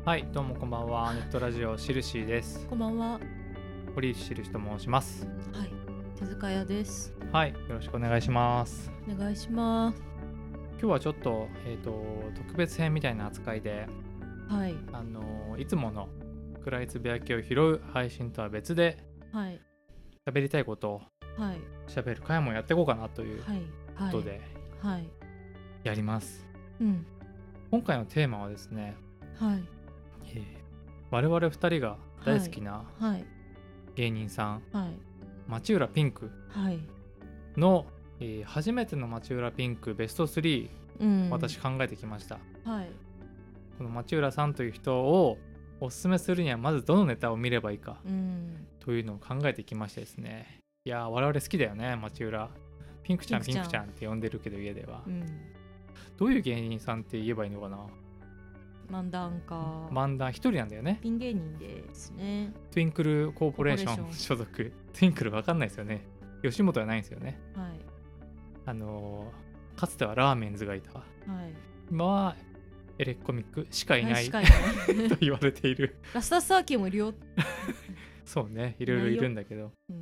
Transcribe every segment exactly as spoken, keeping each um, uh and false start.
はい、どうもこんばんは。ネットラジオしるしです。 こんばんは。 堀内しるしと申します。 はい、手塚屋です。 はい、よろしくお願いします。 お願いします。 今日はちょっと、えーと、特別編みたいな扱いで、 はい、 あのいつもの暗いつぶやきを拾う配信とは別で、 はい、 喋りたいことをはい、 喋る回もやっていこうかなというはい、 こはい、 とではい、 やります。 うん、 今回のテーマはですね、 はい、 えー我々ふたりが大好きなはい、 芸人さん、 はい、 町浦ピンクはい、 の、えー初めての町浦ピンクベストスリー、 うん、 私考えてきました。 はい、 この町浦さんという人をおすすめするにはまずどのネタを見ればいいかうん、 というのを考えてきましてですね。いやー我々好きだよね、町浦。ピンクちゃんピピンクちゃんンクちゃんって呼んでるけど家では、 うん、 どういう芸人さんって言えばいいのかな。 漫談家、 漫談一人なんだよね。 ピン芸人ですね。 トゥインクルコーポレーションコーポレーシ所属。トゥインクルわかんないですよね。吉本はないんですよね。 はい、 あのーかつてはラーメンズがいた。 はい、 今はエレコミックしかいない、 しかいないと言われている。 ラスタスアーキーもいるよ。 そうね、いろいろいるんだけど、 うん、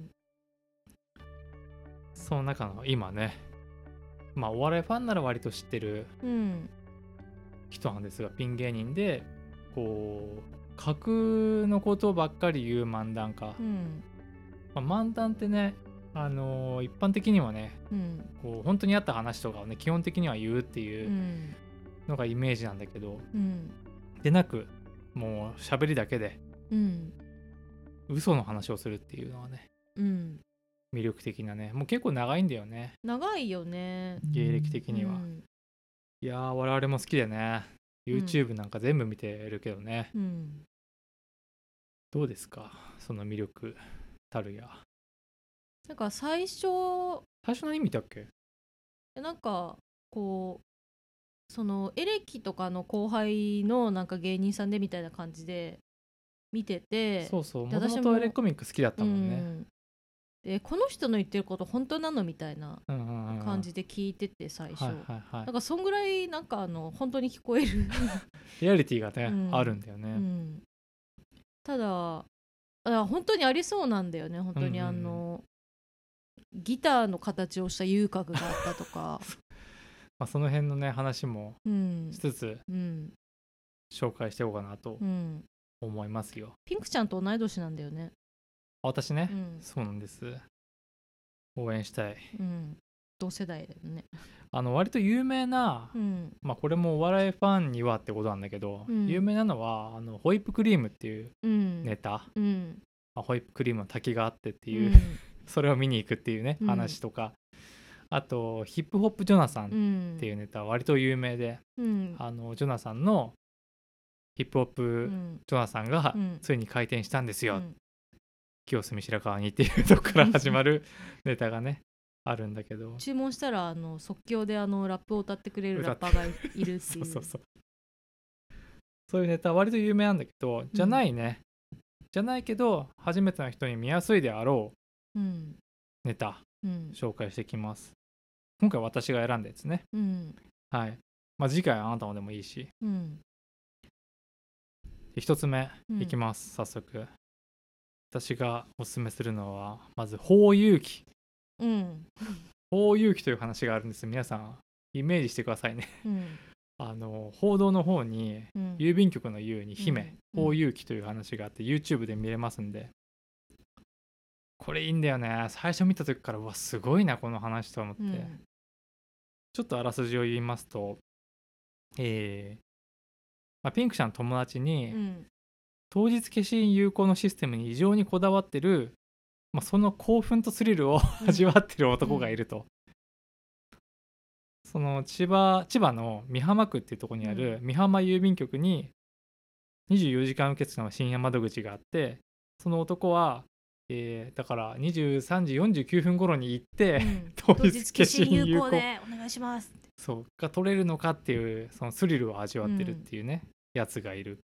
その中の今ね、まあお笑いファンなら割と知ってるうん、 人なんですが、ピン芸人でこう架空のことばっかり言う漫談家、 うん、 まあ、漫談ってね、あのー一般的にはね、 うん、 こう本当にあった話とかをね基本的には言うってういうんのがイメージなんだけど、 うん、 でなくもう喋りだけでうん、 嘘の話をするっていうのはね、 うん、 魅力的なね。もう結構長いんだよね、 長いよね。 芸歴的には。 うん、 いやー我々も好きでね、 うん YouTube なんか全部見てるけどね、 うん、 どうですかその魅力たるや。 なんか最初最初何見たっけ。 なんかこうそのエレキとかの後輩のなんか芸人さんでみたいな感じで見てて、 そうそう、 でもともとエレコミック好きだったうもんね。 ん、でこの人の言ってること本当なのみたいなうんうんうんうん、 感じで聞いてて最初、 はいはいはいなんかそんぐらいなんかあの本当に聞こえるリアリティがね、 うんあるんだよね、 うん、ただあ本当にありそうなんだよね。本当にあの、 うんうんギターの形をした遊郭があったとかまあ、その辺のね話もうんしつつうん紹介していこうかなとうん思いますよ。 ピンクちゃんと同い年なんだよね。 私ね、 うんそうなんです。応援したい。 うん同世代だよね。 あの割と有名な、 うんまあこれもお笑いファンにはってことなんだけど、 うん有名なのはあのホイップクリームっていううんネタ、 うんまあホイップクリームの滝があってってういう、 んそれを見に行くっていうね、 うん話とか、あとヒップホップジョナサンっうんていうネタは割と有名で、 うんあのジョナサンのヒップホッうプんジョナサンがうんついに開店したんですよ、 うん清澄白河にっていうとこから始まるネタがねあるんだけど、 注文したらあの即興であのラップを歌ってくれるラッ歌ってパーがいるっていう。 そうそうそう、そういうネタ割と有名なんだけど、じゃないね、じゃないけど初めての人に見やすいであろうんうネタうん紹介していきます。今回私が選んだやつね。 うんはい。まあ次回あなたのでもいいし。 うん一つ目うんいきます、早速。私がおすすめするのはまず法有記。 うん法有記という話があるんです。皆さんイメージしてくださいね。 うんあの報道の方にうん郵便局の郵に姫、 うん法有記という話があって YouTube で見れますんで、これいいんだよね。最初見た時からうわすごいなこの話と思って、 うんちょっとあらすじを言いますと、えーまあ、ピンクちゃんの友達に、 うん当日消印有効のシステムに異常にこだわってる、まあ、その興奮とスリルをうん味わってる男がいると、その千葉千葉の美浜区っていうところにあるう美浜郵便局ににじゅうよじかん受付の深夜窓口があって、その男は、えーだからにじゅうさんじよんじゅうきゅうふん頃に行って、 うん当日消印有効有効でお願いします。 そうが取れるのかっていうそのスリルを味わってるっていうね、やつがいる。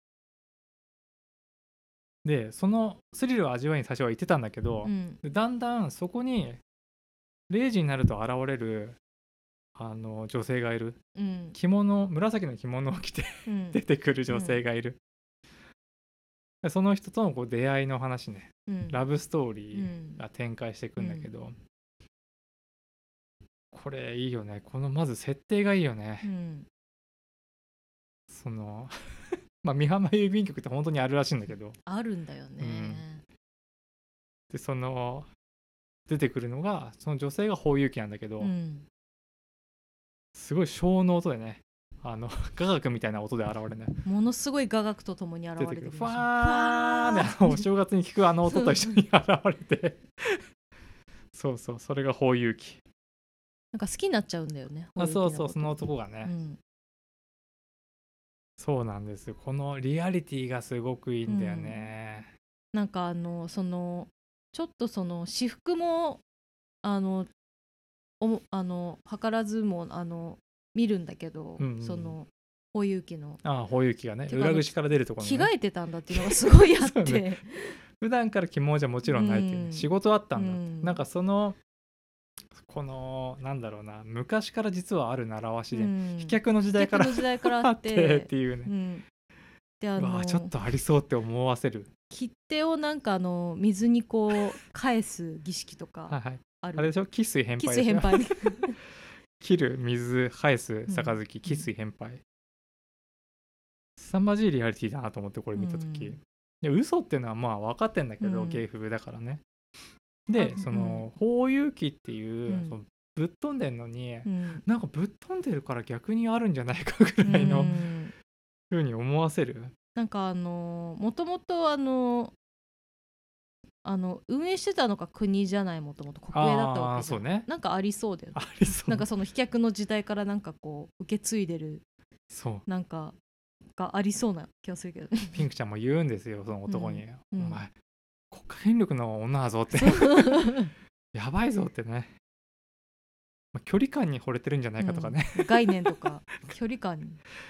でそのスリルを味わいに最初は言ってたんだけど、 うんでだんだんそこにれいじになると現れるあの女性がいる。 うん着物紫の着物を着てうん出てくる女性がいる。 でその人とのこう出会いの話ね、 うんラブストーリうーんが展開していくんだけど、これいいよね。このまず設定がいいよね。 うんそのまあ美浜郵便局って本当にあるらしいんだけど、 あるんだよね。 でその出てくるのがその女性が法有機なんだけど、 うんすごい小の音でね、あの雅楽みたいな音で現れるね。 ものすごい雅楽とともに現出てくるフれてきました。 ァーンで、あのお正月に聞くあの音と一緒に現れてそうそう、それが法有機。 なんか好きになっちゃうんだよね。 あ、そうそう、 こその男がね、 うんそうなんですよ。このリアリティがすごくいいんだよね。 なんかあのそのちょっとその私服もあのおもあの図らずもあの見るんだけど、 うんうんその法有機のああ、法有機がね、 てかあの裏口から出るところね。 着替えてたんだっていうのがすごいあっそうて、 ね普段から着物じゃもちろんないっていうね、 うん仕事あったんだって、 うんなんかそのこのなんだろうな、昔から実はある習わしで、 うん飛脚の時代から飛脚の時代からあっあってってていうね、 うん、であうわのあちょっとありそうって思わせる。 切手をなんかあの水にこう返す儀式とかはいはい。 ある。 あれでしょ、喫水返キ杯でしょ。 ス返杯切る水返す杯、喫水返杯。凄まじいリアリティだなと思ってこれ見たとき、 うんで嘘っていうのはまあ分かってんだけど、 うん芸風だからね。であその法有機っていう、 うんそのぶっ飛んでんのに、 うんなんかぶっ飛んでるから逆にあるんじゃないかぐらいのうん風に思わせる。 なんかあのもともとあのあの運営してたのが国じゃない、もともと国営だったわけじゃん。 あーそうねなんかありそうだよね。 ありそう。 なんかその飛脚の時代からなんかこう受け継いでるそうなんかがありそうな気がするけどね。 ピンクちゃんも言うんですよ、その男に、 うんお前国家権力の女だぞってやばいぞってね、まあ、距離感に惚れてるんじゃないかとかね、 うん概念とか距離感に。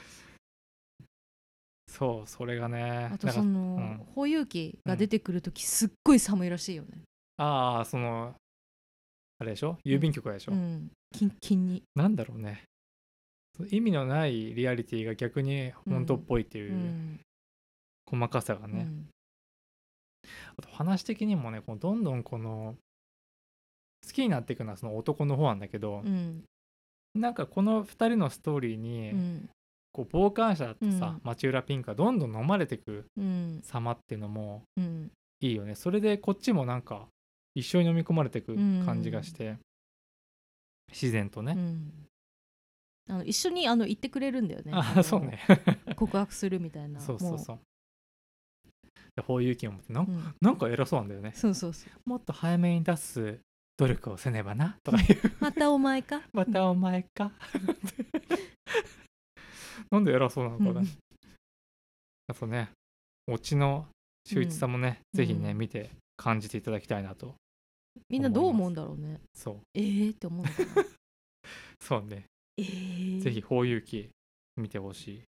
そうそれがねあとなんかその、 うん法有機が出てくるときすっごい寒いらしいよね。 ああそのあれでしょ、郵便局でしょ、 うん、キンキンに。 なんだろうね、意味のないリアリティが逆に本当っぽいってういうん細かさがね、 うんあと話的にもね、こうどんどんこの好きになっていくのはその男の方なんだけど、 うんなんかこのふたりのストーリーに、 うんこう傍観者だったさ、 うん町浦ピンクがどんどん飲まれてくうん様っていうのもうんいいよね。それでこっちもなんか一緒に飲み込まれてく感じがして、自然とね、 うんあの一緒にあの行ってくれるんだよね。 あのそうね告白するみたいな。 そうそうそうもで法有機を持ってなんか、 ううんなんか偉そうなんだよね。 そうそうそう。 もっと早めに出す努力をせねばなとか言うまたお前か。 またお前かなんで偉そうなのかね、 うんあとねオチの秀逸さもね、 うんぜひね、 うん見て感じていただきたいなと。 みんなどう思うんだろうね。 そうえーって思うのかな。 そうね、 えー、 ぜひ法有機見てほしい。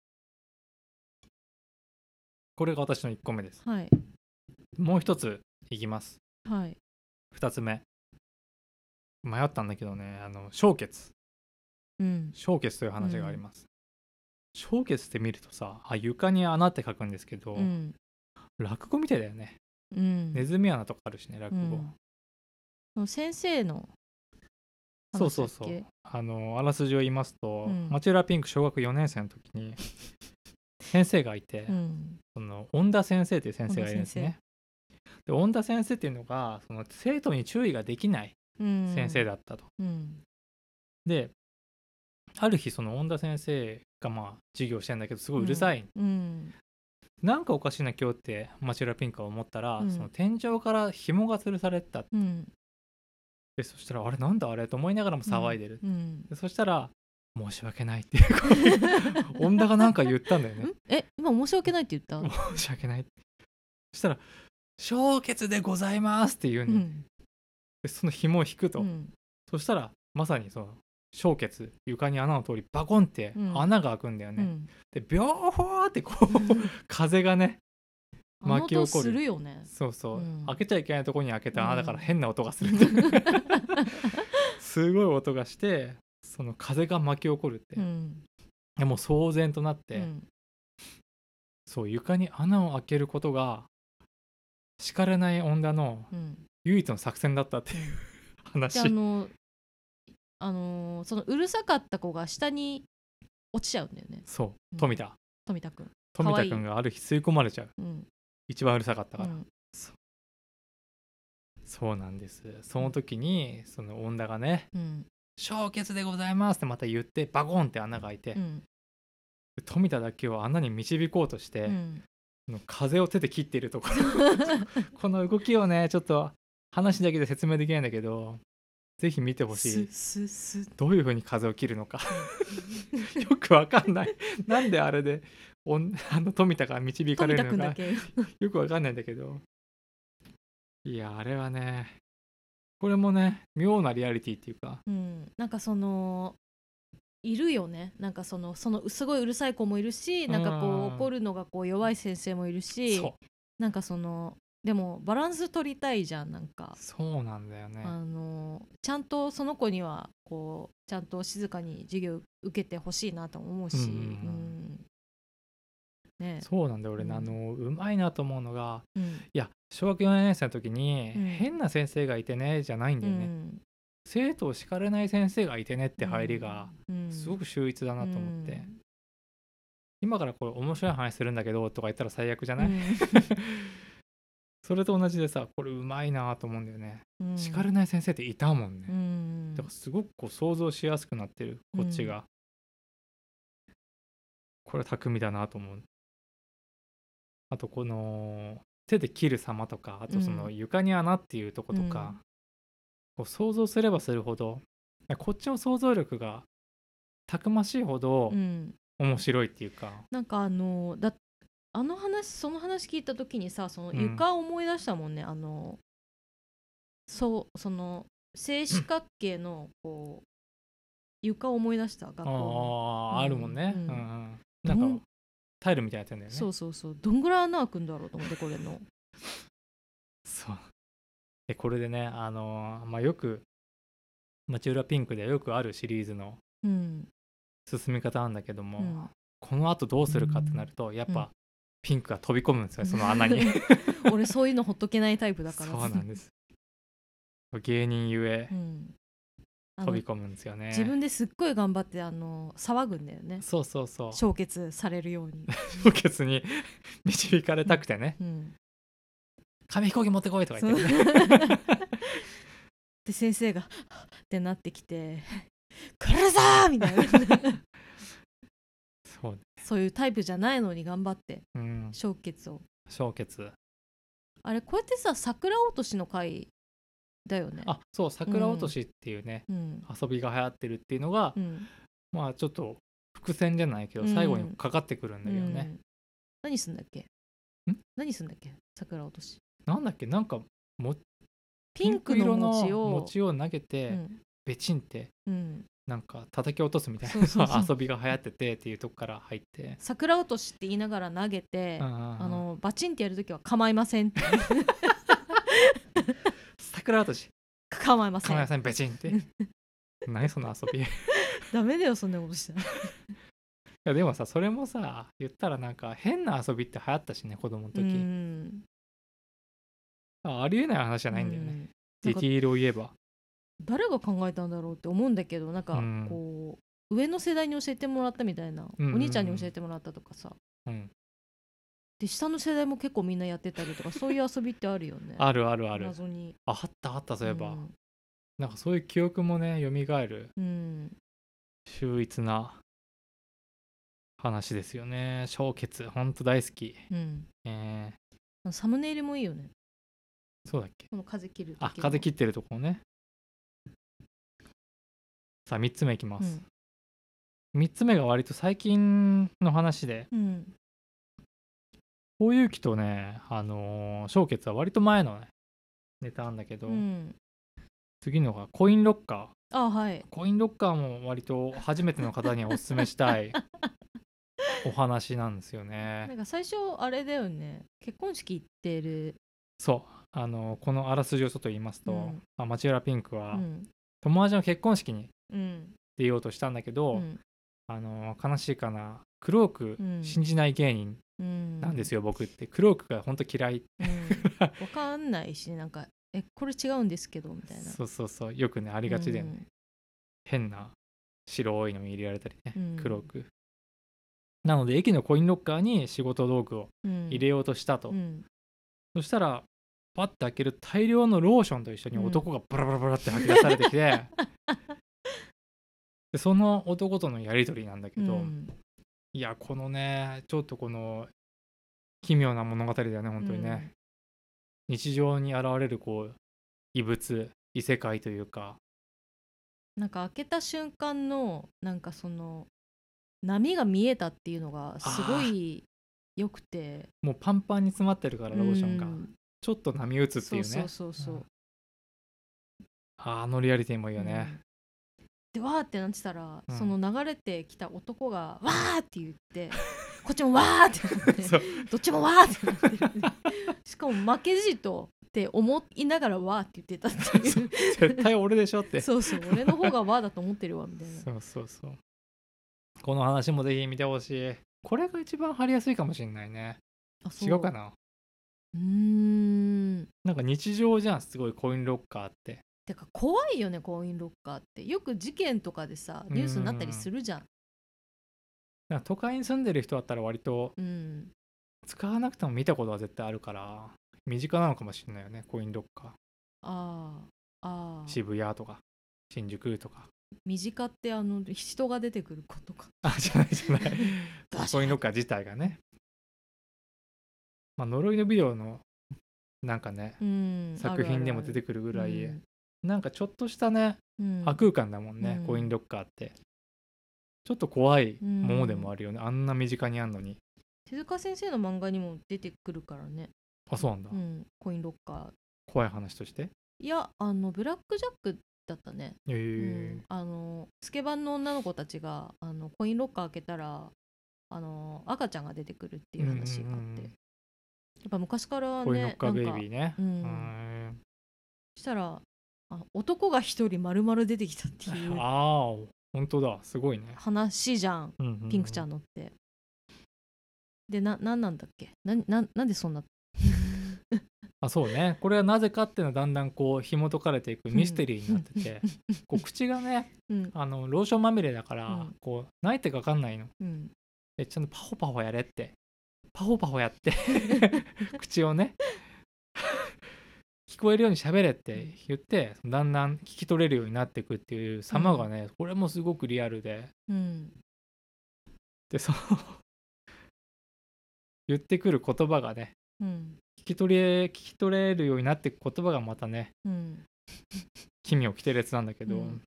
これが私のいっこめです。 はいもう一ついきます。 はい。 ふたつめ、迷ったんだけどね、あの氷結うん氷結という話があります。氷結って見るとさ、あ床に穴って書くんですけど、 うん落語みたいだよね。 うんネズミ穴とかあるしね、落語、 うんその先生のそうそうそう話だっけ。 あのあらすじを言いますと、 うん町浦ピンク小学よねん生の時に先生がいて、 うんその恩田先生っていう先生がいるんです恩田ね。で恩田先生っていうのがその生徒に注意ができないうん先生だったと。 うんである日その恩田先生がまあ授業してんだけどすごいうるさい、 うんなんかおかしいな今日って町浦ピンクは思ったら、 うんその天井から紐が吊るされてた。 うんでそしたらあれなんだあれと思いながらも騒いでる、 うんでそしたら申し訳ないっていう恩田がなんか言ったんだよね。 んえ今申し訳ないって言った。 申し訳ない。そしたら氷結でございますって言うね、 うんでその紐を引くと、 うんそしたらまさにその氷結床に穴の通りバコンってうん穴が開くんだよね、 うんでビョーフォーってこう風がね巻き起こる。 あの音するよね。 そうそう、 うん開けちゃいけないところに開けた穴だからうん変な音がするっていうすごい音がしてその風が巻き起こるって、 うんでもう騒然となって、 うんそう床に穴を開けることが叱れない女のうん唯一の作戦だったっていうで話。 あのあのーそのうるさかった子が下に落ちちゃうんだよね、 そううん富田富田くん。 富田かわいい君がある日吸い込まれちゃう。 うん一番うるさかったから、 うんそうなんです。その時にその女がねうん 「氷結でございます」ってまた言ってバコンって穴が開いて、 うん富田だけを穴に導こうとして、 うんその風を手で切っているところこの動きをねちょっと話だけで説明できないんだけどぜひ見てほしい。 スススどういう風に風を切るのかよくわかんない。なんであれでおんあの富田が導か富れるのか田くんだけよくわかんないんだけど、いやあれはねこれもね妙なリアリティっていうか、 うんなんかそのいるよね、なんかそのそのすごいうるさい子もいるし、なんかこううん怒るのがこう弱い先生もいるし、 そうなんかそのでもバランス取りたいじゃん、なんかそうなんだよね。 あのちゃんとその子にはこうちゃんと静かに授業受けてほしいなと思うし、 うんうんうんうんねそうなんだよ俺、 うんあのうまいなと思うのが、 うんいや小学よねん生の時に、 うん変な先生がいてねじゃないんうだよね、 ん生徒を叱れない先生がいてねって入りがうんすごく秀逸だなと思って、 うん今からこれ面白い話するんだけどとか言ったら最悪じゃない、 うんそれと同じでさこれうまいなと思うんだよね、 うん叱れない先生っていたもんね、 うんだからすごくこう想像しやすくなってるこっちが、これは巧みだなと思う。あとこの手で切る様とか、あとその床に穴っていうとことか、 うんこう想像すればするほどこっちの想像力がたくましいほどうん面白いっていうか、 なんかあのだあの話その話聞いた時にさ、そのうん床を思い出したもんね、あのそうその正四角形のこう床を思い出した学校のああ、 うんあるもんね、 ううんんうんなんどんかタイルみたいなやつなんだよね。 そうそうそう、どんぐらい穴開くんだろうと思って、これのそうでこれでねあのーまあよく町浦ピンクでよくあるシリーズのうん進み方なんだけども、 うんこのあとどうするかってなるとやっぱ、 うんピンクが飛び込むんですよその穴に俺そういうのほっとけないタイプだからそうなんです芸人ゆえうんあの飛び込むんですよね。 自分ですっごい頑張ってあの騒ぐんだよね、 そうそうそう消結されるように、 氷結に導かれたくてね、 うん、 紙飛行機持ってこいとかそう言ってねで先生がってなってきて「来るぞー!」みたいなそうね、 そういうタイプじゃないのに頑張ってうん、 消結を、 氷結あれこうやってさ桜落としの回だよね。 あそう桜落としっていうね、 うん遊びが流行ってるっていうのが、 うんまあちょっと伏線じゃないけどうん最後にかかってくるんだうけどね、 ん、何すんだっけん何すんだっけ桜落とし、 なんだっけなんかもピンクの餅を餅を投げて、 うんベチンってうん、 なんか叩き落とすみたいそうそうそうな遊びが流行っててっていうとこから入って、 桜落としって言いながら投げて、 うんうんうんあのバチンってやるときは構いませんって桜落とし構いませんカメラさんベチンって何その遊びいダメだよそんなことしたらやでもさそれもさ言ったらなんか変な遊びって流行ったしね子供の時、 うんあありえない話じゃないんだよね、 うんディティールを言えば誰が考えたんだろうって思うんだけど、なんかうんこう、上の世代に教えてもらったみたいな、 うんうんうんお兄ちゃんに教えてもらったとかさ、 うんで下の世代も結構みんなやってたりとか、そういう遊びってあるよね。 あるあるある謎に。 ああったあったそういえば、 うんなんかそういう記憶もね蘇るうん秀逸な話ですよね。氷結ほんと大好き、 うん、 えサムネイルもいいよね。 ー、そうだっけこの風切る時のあ風切ってるとこね。さあみっつめいきます、 うんみっつめが割と最近の話でうん大雪とねあのー、氷結は割と前の、ね、ネタなんだけど、 うん、 次のがコインロッカー。 あはいコインロッカーも割と初めての方にはおすすめしたいお話なんですよなね。 んか最初あれだよね、結婚式行ってる、 そうあのこのあらすじをちょっと言いますと、 うんまあ、町浦ピンクはうん友達の結婚式にうん出ようとしたんだけど、 うんあの悲しいかなクロークうん信じない芸人うんなんですよ、僕ってクロークが本当嫌い。 うんわかんないしね、なんかえこれ違うんですけどみたいな。 そうそうそう、よくねありがちだよね、変な白いのに入れられたりね、 うんクロークなので駅のコインロッカーに仕事道具をうん入れようとしたと、 うんそしたらパッて開ける大量のローションと一緒に男がバラバラバラって吐き出されてきて、でその男とのやり取りなんだけど、 うんいやこのねちょっとこの奇妙な物語だよね本当にね、 うん日常に現れるこう異物異世界というか、 なんか開けた瞬間のなんかその波が見えたっていうのがすごい良くて、 もうパンパンに詰まってるからローションが、 うんちょっと波打つっていうね、 そうそうそうそう、 んあのリアリティもいいよね、 うんでわーってなってたら、 うんその流れてきた男がわーって言ってこっちもわーってなってそうどっちもわーってなってるしかも負けじとって思いながらわーって言ってたっていう絶対俺でしょってそうそう俺の方がわーだと思ってるわみたいな。 そうそうそう、この話もぜひ見てほしい。これが一番貼りやすいかもしれないね。 あそう違うかな。 うーんなんか日常じゃん、すごいコインロッカーって。 てか怖いよねコインロッカーってよく事件とかでさニュースになったりするじゃん。 なんか都会に住んでる人だったら割とうん使わなくても見たことは絶対あるから身近なのかもしれないよね、コインロッカー。 あーあー渋谷とか新宿とか。 身近ってあの人が出てくることか。 あ、じゃないじゃないガシャンコインロッカー自体がね。まあ呪いのビデオのなんかね、 うん作品でも出てくくるぐらい、 うんなんかちょっとしたね、 うん破空間だもんね、 うんコインロッカーってちょっと怖いものでもあるよね、あんな身近にあんのに。 手塚先生の漫画にも出てくるからね、 あ、そうなんだ、 うん、コインロッカー。 怖い話として。 いやあのブラックジャックだったね、 へえうん、あのスケバンの女の子たちがあのコインロッカー開けたらあの赤ちゃんが出てくるっていう話があって、 うんうんうんやっぱ昔からねコインロッカーベイなんかビーね。 うんへしたらあ男が一人丸々出てきたってーいうああ、本当だ、すごいね。 話じゃん、 うんうんうんピンクちゃんのって。でな何なんだっけなななんでそんなあ、そうね、これはなぜかっていうのはだんだんこう紐解かれていくミステリーになってて、こう口がね、 うんあのローションまみれだから、 うんこう泣いてかかんないのうんで、ちゃんとパホパホやれってパホパホやって口をね聞こえるように喋れって言ってだんだん聞き取れるようになっていくっていう様がね、これもすごくリアルで、 うんでその言ってくる言葉がね、 うん聞き取れ聞き取れるようになっていく言葉がまたね、 うん奇妙奇天烈なんだけど、 うん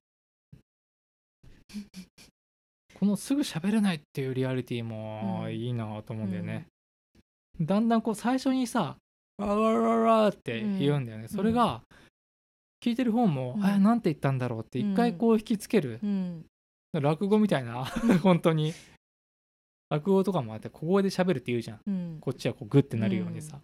このすぐ喋れないっていうリアリティもうんいいなと思うんだよね、だんだんこう最初にさわわわわって言うんだよね、 んそれが聞いてる方も、 うんあなんて言ったんだろうって一回こう引きつける、 うん落語みたいな本当に落語とかもあって小声で喋るって言うじゃん、 うんこっちはこうグッてなるようにさ、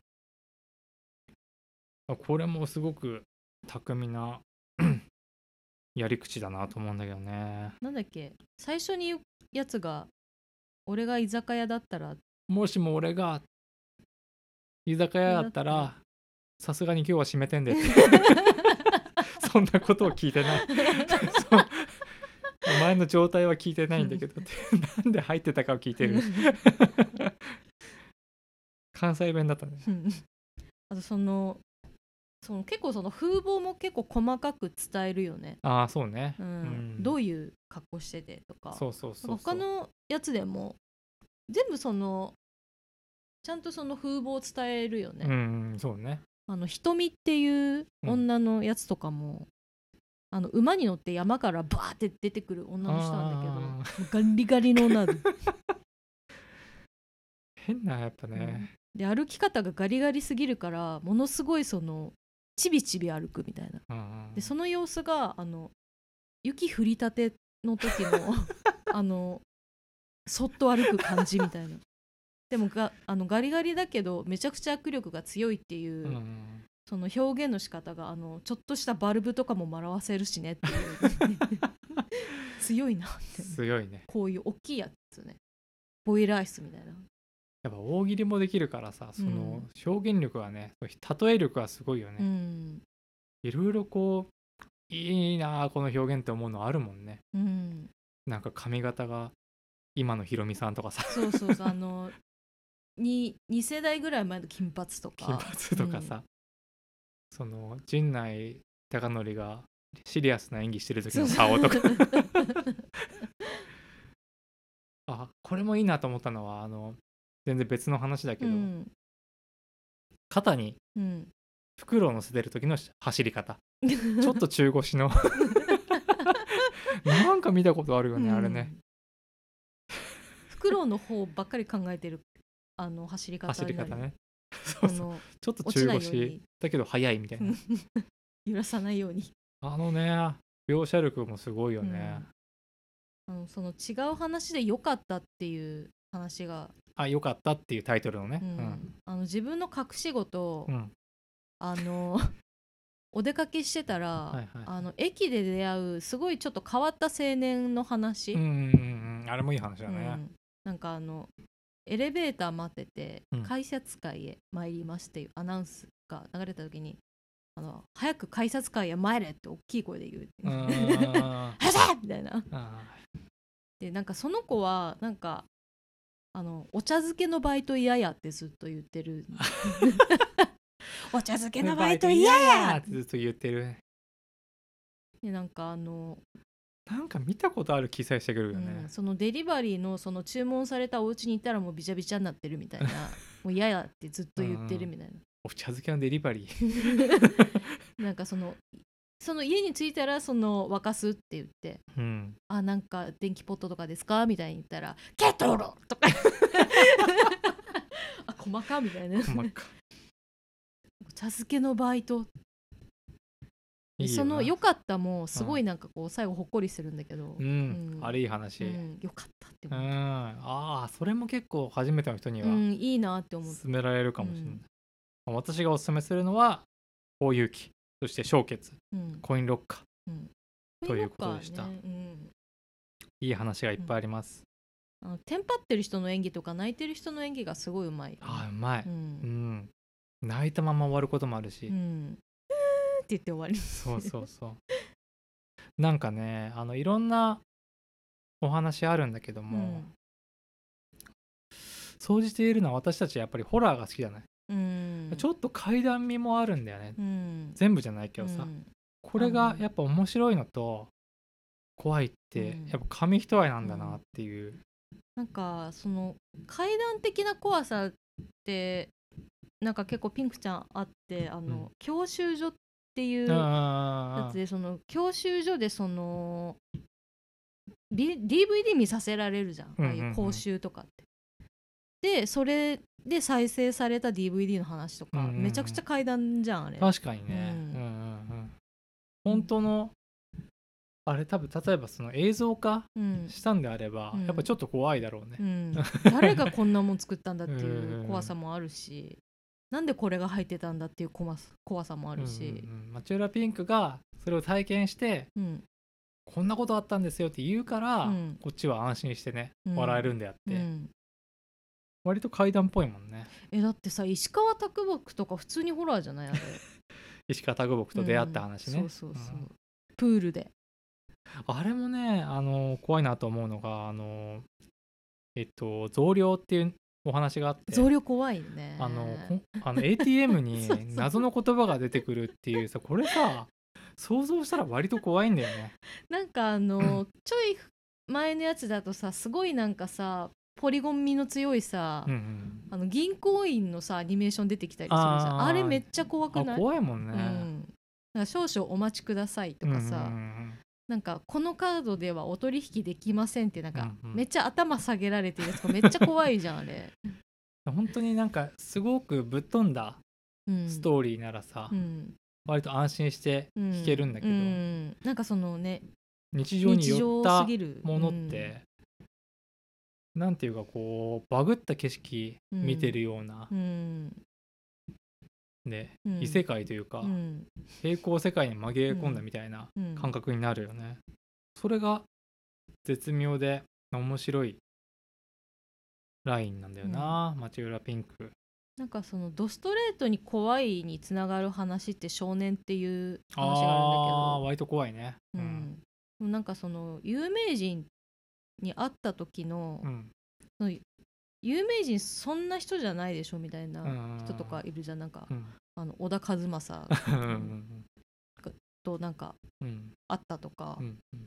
これもすごく巧みなやり口だなと思うんだけどね。 なんだっけ最初に言うやつが俺が居酒屋だったらもしも俺が居酒屋だっただっらさすがに今日は閉めてんでってそんなことを聞いてないそうお前の状態は聞いてないんだけどってなんで入ってたかを聞いてる関西弁だったね。 うんあとそのその結構その風貌も結構細かく伝えるよね、 ああそうね、 うんうんどういう格好しててとかそうそうそうそう他のやつでも全部そのちゃんとその風貌を伝えるよね、 うん、うん、そうね。 あの瞳っていう女のやつとかも、あの馬に乗って山からバーって出てくる女の人なんだけどあもうガリガリの女で変なやっぱね、 で歩き方がガリガリすぎるからものすごいそのちびちび歩くみたいな。 うんでその様子があの雪降りたての時のあのそっと歩く感じみたいな。でもがあのガリガリだけどめちゃくちゃ握力が強いっていう、 うんうんその表現の仕方があのちょっとしたバルブとかも笑わせるしねっていう強いなって強いね。 こういう大きいやつね。 ボイラー室みたいな。 やっぱ大喜利もできるからさ、その表現力がね、例え力がすごいようね。 んいろいろこういいなあこの表現って思うのあるもんね。 うんなんか髪型が今のひろみさんとかさ、 そうそうそうあのにに世代ぐらい前の金髪とか金髪とかさ、その陣内孝則がシリアスな演技してる時の顔とかあ、これもいいなと思ったのは、あの全然別の話だけど、 うん肩にうん袋を乗せてる時の走り方ちょっと中腰のなんか見たことあるよね、 うんあれね。 フクロウの方ばっかり考えてるあの走り方走り方ね。 こそうそう。 のちょっと落ち中ないように腰だけど速いみたいな。 揺らさないように、 あのね、描写力もすごいよね。 うん、あのその違う話で良かったっていう話が、 あ、よかったっていうタイトルのね。 ううんん。 あの自分の隠し子と、 うん。 あのお出かけしてたら、 はいはい。 あの駅で出会うすごいちょっと変わった青年の話、 うんうんうんうん。あれもいい話だうね。 んなんかあのエレベーター待ってて、 うん改札階へ参りますっていうアナウンスが流れた時に、あの早く改札階へ参れって大きい声で言う。 うーん。 早せみたいな。 あでなんかその子はなんかあのお茶漬けのバイト嫌やってずっと言ってる。お茶漬けのバイト嫌やってずっと言ってる。 でなんかあの、 なんか見たことある記載してくるうよねん、。そのデリバリーのその注文されたお家に行ったらもうビチャビチャになってるみたいなもう嫌やってずっと言ってるみたいな、 お茶漬けのデリバリー。 なんかそのその家に着いたらその沸かすって言って、 うん。 あなんか電気ポットとかですかみたいに言ったらケトルとかあ細かみたいな細かお茶漬けのバイトいいよなその良かったもすごいなんかこう最後ほっこりするんだけど、 うん、 うんあれいい話。 ううん、 ん、よかったってあ思った、 あ、それも結構初めての人にはうん、いいなって思った、 勧められるかもしれない。 うん私がおすすめするのは、大勇気、そして氷結、 うんコインロッカー、 うん、 ということでしたねうんいい話がいっぱいあります。 あのテンパってる人の演技とか泣いてる人の演技がすごいうまい、 ああ、うまい、 ううんん泣いたまま終わることもあるし、 うん、って言って終わりそうそうそうなんかね、あのいろんなお話あるんだけども、総じて言えるのは私たちやっぱりホラーが好きじゃない、 うん、 ちょっと怪談味もあるんだよね、 うん、 全部じゃないけどさ、 うんこれがやっぱ面白いのと怖いってうんやっぱ紙一重なんだなっていう、 なんかその怪談的な怖さってなんか結構ピンクちゃんあって、あの、 うん教習所っていうやあつで、その教習所でその、B、ディーブイディー 見させられるじゃん、 うんうんうんああいう講習とかって。でそれで再生された ディーブイディー の話とか、 うんうんうんめちゃくちゃ怪談じゃんあれ。 確かにね、 うんうんうんうん本当のあれ多分例えばその映像化うんしたんであれば、 うんやっぱちょっと怖いだろうね、 うん、誰がこんなもん作ったんだっていうんう怖さもあるし、なんでこれが入ってたんだっていう怖さ怖さもあるし、 うんうんうん、マチュラピンクがそれを体験してうんこんなことあったんですよって言うから、 うんこっちは安心してね、 うん笑えるんであって、 うん割と怪談っぽいもんね。 えだってさ石川啄木とか普通にホラーじゃないあれ。 石川啄木と出会った話ね、 うんそうそうそう、 うんプールで。 あれもね、あの怖いなと思うのが、あのえっと増量っていうお話があって、 増量怖いね。 あのほあの エーティーエム にそうそう謎の言葉が出てくるっていうさ、これさ想像したら割と怖いんだよね。 なんかあのちょい前のやつだとさすごいなんかさポリゴン味の強いさ、 うんうんあの銀行員のさアニメーション出てきたりするじゃん。 あーあれめっちゃ怖くあない？ 怖いもんね。 うん、なんか少々お待ちくださいとかさ、 うんうんなんかこのカードではお取引できませんってなんかうんうんめっちゃ頭下げられてるやつがめっちゃ怖いじゃんあれ、 うん、本当になんかすごくぶっ飛んだうん、 ストーリーならさ、 うん割と安心して聞けるんだけど、 うんうんなんかそのね日常に日常寄ったすぎるものって、なんていうかこうバグった景色見てるような、 うんねうん異世界というか、 うん平行世界に紛れ込んだみたいなうん感覚になるよね。それが絶妙で面白いラインなんだよな、町浦ピンク。 なんかそのドストレートに怖いにつながる話って少年っていう話があるんだけあど、 ー割と怖いね。 ううんん、なんかその有名人に会った時の、 うんその有名人そんな人じゃないでしょみたいなうん人とかいるじゃん。なんかうんあの小田和正うんうんとなんかうん会ったとか、 うんうん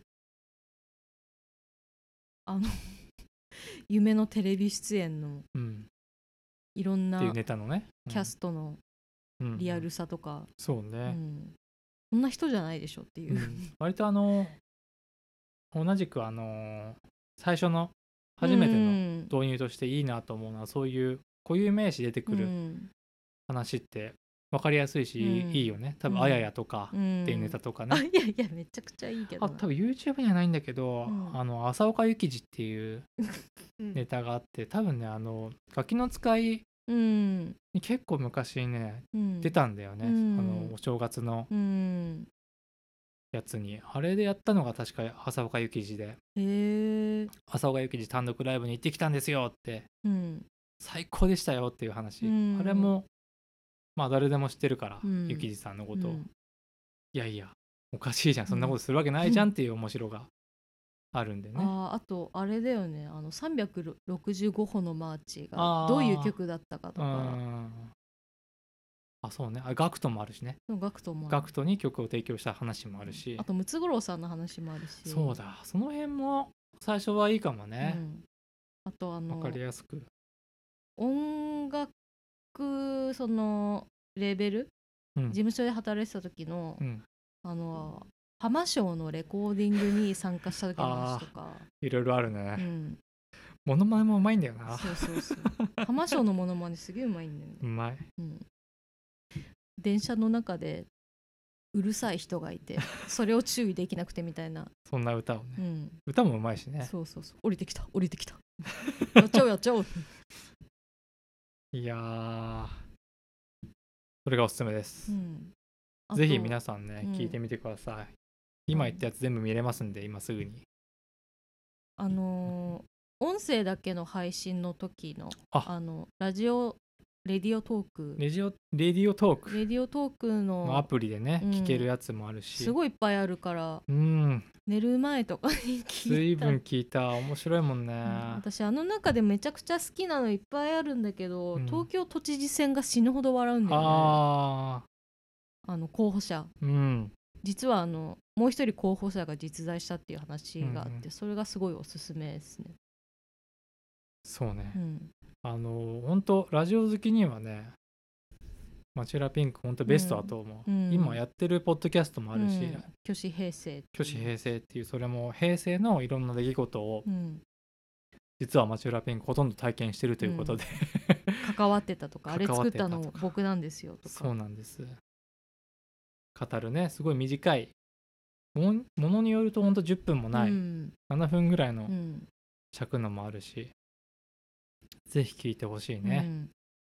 あの夢のテレビ出演のうんいろんっていうなネタのね、 キャストのうんリアルさとか、うそうね、 ん、そんな人じゃないでしょっていうう、 ん割とあの同じくあの最初の初めての導入としていいなと思うのは、そういう固有名詞出てくる話って分かりやすいし、 うんいいよね。多分、 うんあややとかうんっていうネタとかあね。 いやいやめちゃくちゃいいけどな。 あ多分 YouTube にはないんだけど、 うんあの浅岡幸二っていううんネタがあって、多分ねあのガキの使いうんに結構昔ねうん出たんだよね、 うんあのお正月のうんやつに。あれでやったのが確か浅岡幸二で、 へえ浅岡幸二単独ライブに行ってきたんですよってうん最高でしたよっていう話、 うんあれもまあ誰でも知ってるから、 うん幸二さんのことを、 うんいやいやおかしいじゃん、そんなことするわけないじゃんっていう面白があるんでね、 あーあとあれだよね、あのさんびゃくろくじゅうごほのマーチあがーどういう曲だったかとうか、 んあそうね、あガクトもあるしね、 そのガクトもあるガクトに曲を提供した話もあるし、 あとムツゴロウさんの話もあるし、 そうだその辺も最初はいいかもうね、 ん、あとあわのかりやすく、 音楽そのレーベルうん事務所で働いてた時の、 うん、 あの浜省のレコーディングに参加した時の話とか、 いろいろあるうね、 ん、 モノマネもうまいんだよな、 そうそうそう浜省のモノマネすげえうまいんだよね、 うまい、 うん、電車の中でうるさい人がいてそれを注意できなくてみたいな、 そんな歌をね、 うん、 歌もうまいしね、 そうそうそう降りてきた降りてきたやっちゃおうやっちゃおういやーそれがおすすめです、 うんぜひ皆ささんね、 うん聞いてみてください。今言ったやつ全部見れますんで、今すぐに。 あのー音声だけの配信の時のああのラジオレディオトークレジオレディオトークレディオトークのアのプリでね、 うん聞けるやつもあるし。 すごいいっぱいあるからうん、 寝る前とかに聞いた随分聞いた。面白いもんね。 うん私あの中でめちゃくちゃ好きなのいっぱいあるんだけど、 うん東京都知事選が死ぬほど笑うんだよね。 ああの候補者ー、うん。 実はあのもう一人候補者が実在したっていう話があって、 うんうんそれがすごいおすすめですね。 そうね。 うんあの、本当ラジオ好きにはね、町浦ピンク本当ベストだと思う、 うん今やってるポッドキャストもあるし、 うん虚子平成虚子平成っていう、それも平成のいろんな出来事を、 うん、 実は町浦ピンクほとんど体験してるということで、 関わってたとかあれ関わ作ったってたとかの僕なんですよとかそうなんです。語るね、すごい短い、もんものによるとほんとじゅっぷんもない、 うんななふんぐらいのうん尺のもあるし、ぜひ聞いてほしいね。 うん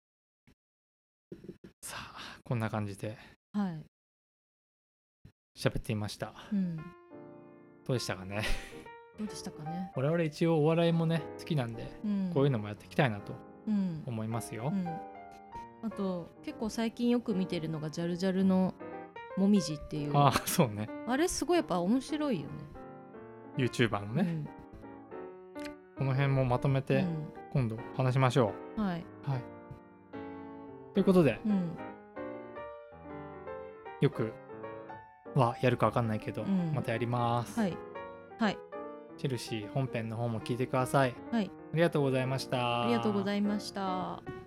さあ、こんな感じではい喋ってみました。 うん、 どうでしたかね。 どうでしたかね、 我々一応お笑いもね、好きなんで、 うん、 こういうのもやっていきたいなとうん思いますよ。 うん、あと結構最近よく見てるのがジャルジャルのもみじっていうああ、そうね。 あれすごいやっぱ面白いよね。 YouTuber のね、 うんこの辺もまとめて今度話しましょうん、はい、 う。はい。ということで、 うんよくはやるか分かんないけど、 うんまたやります。 はいはいチェルシー本編の方も聞いてください。 はい、 ありがとうございました。 ありがとうございました。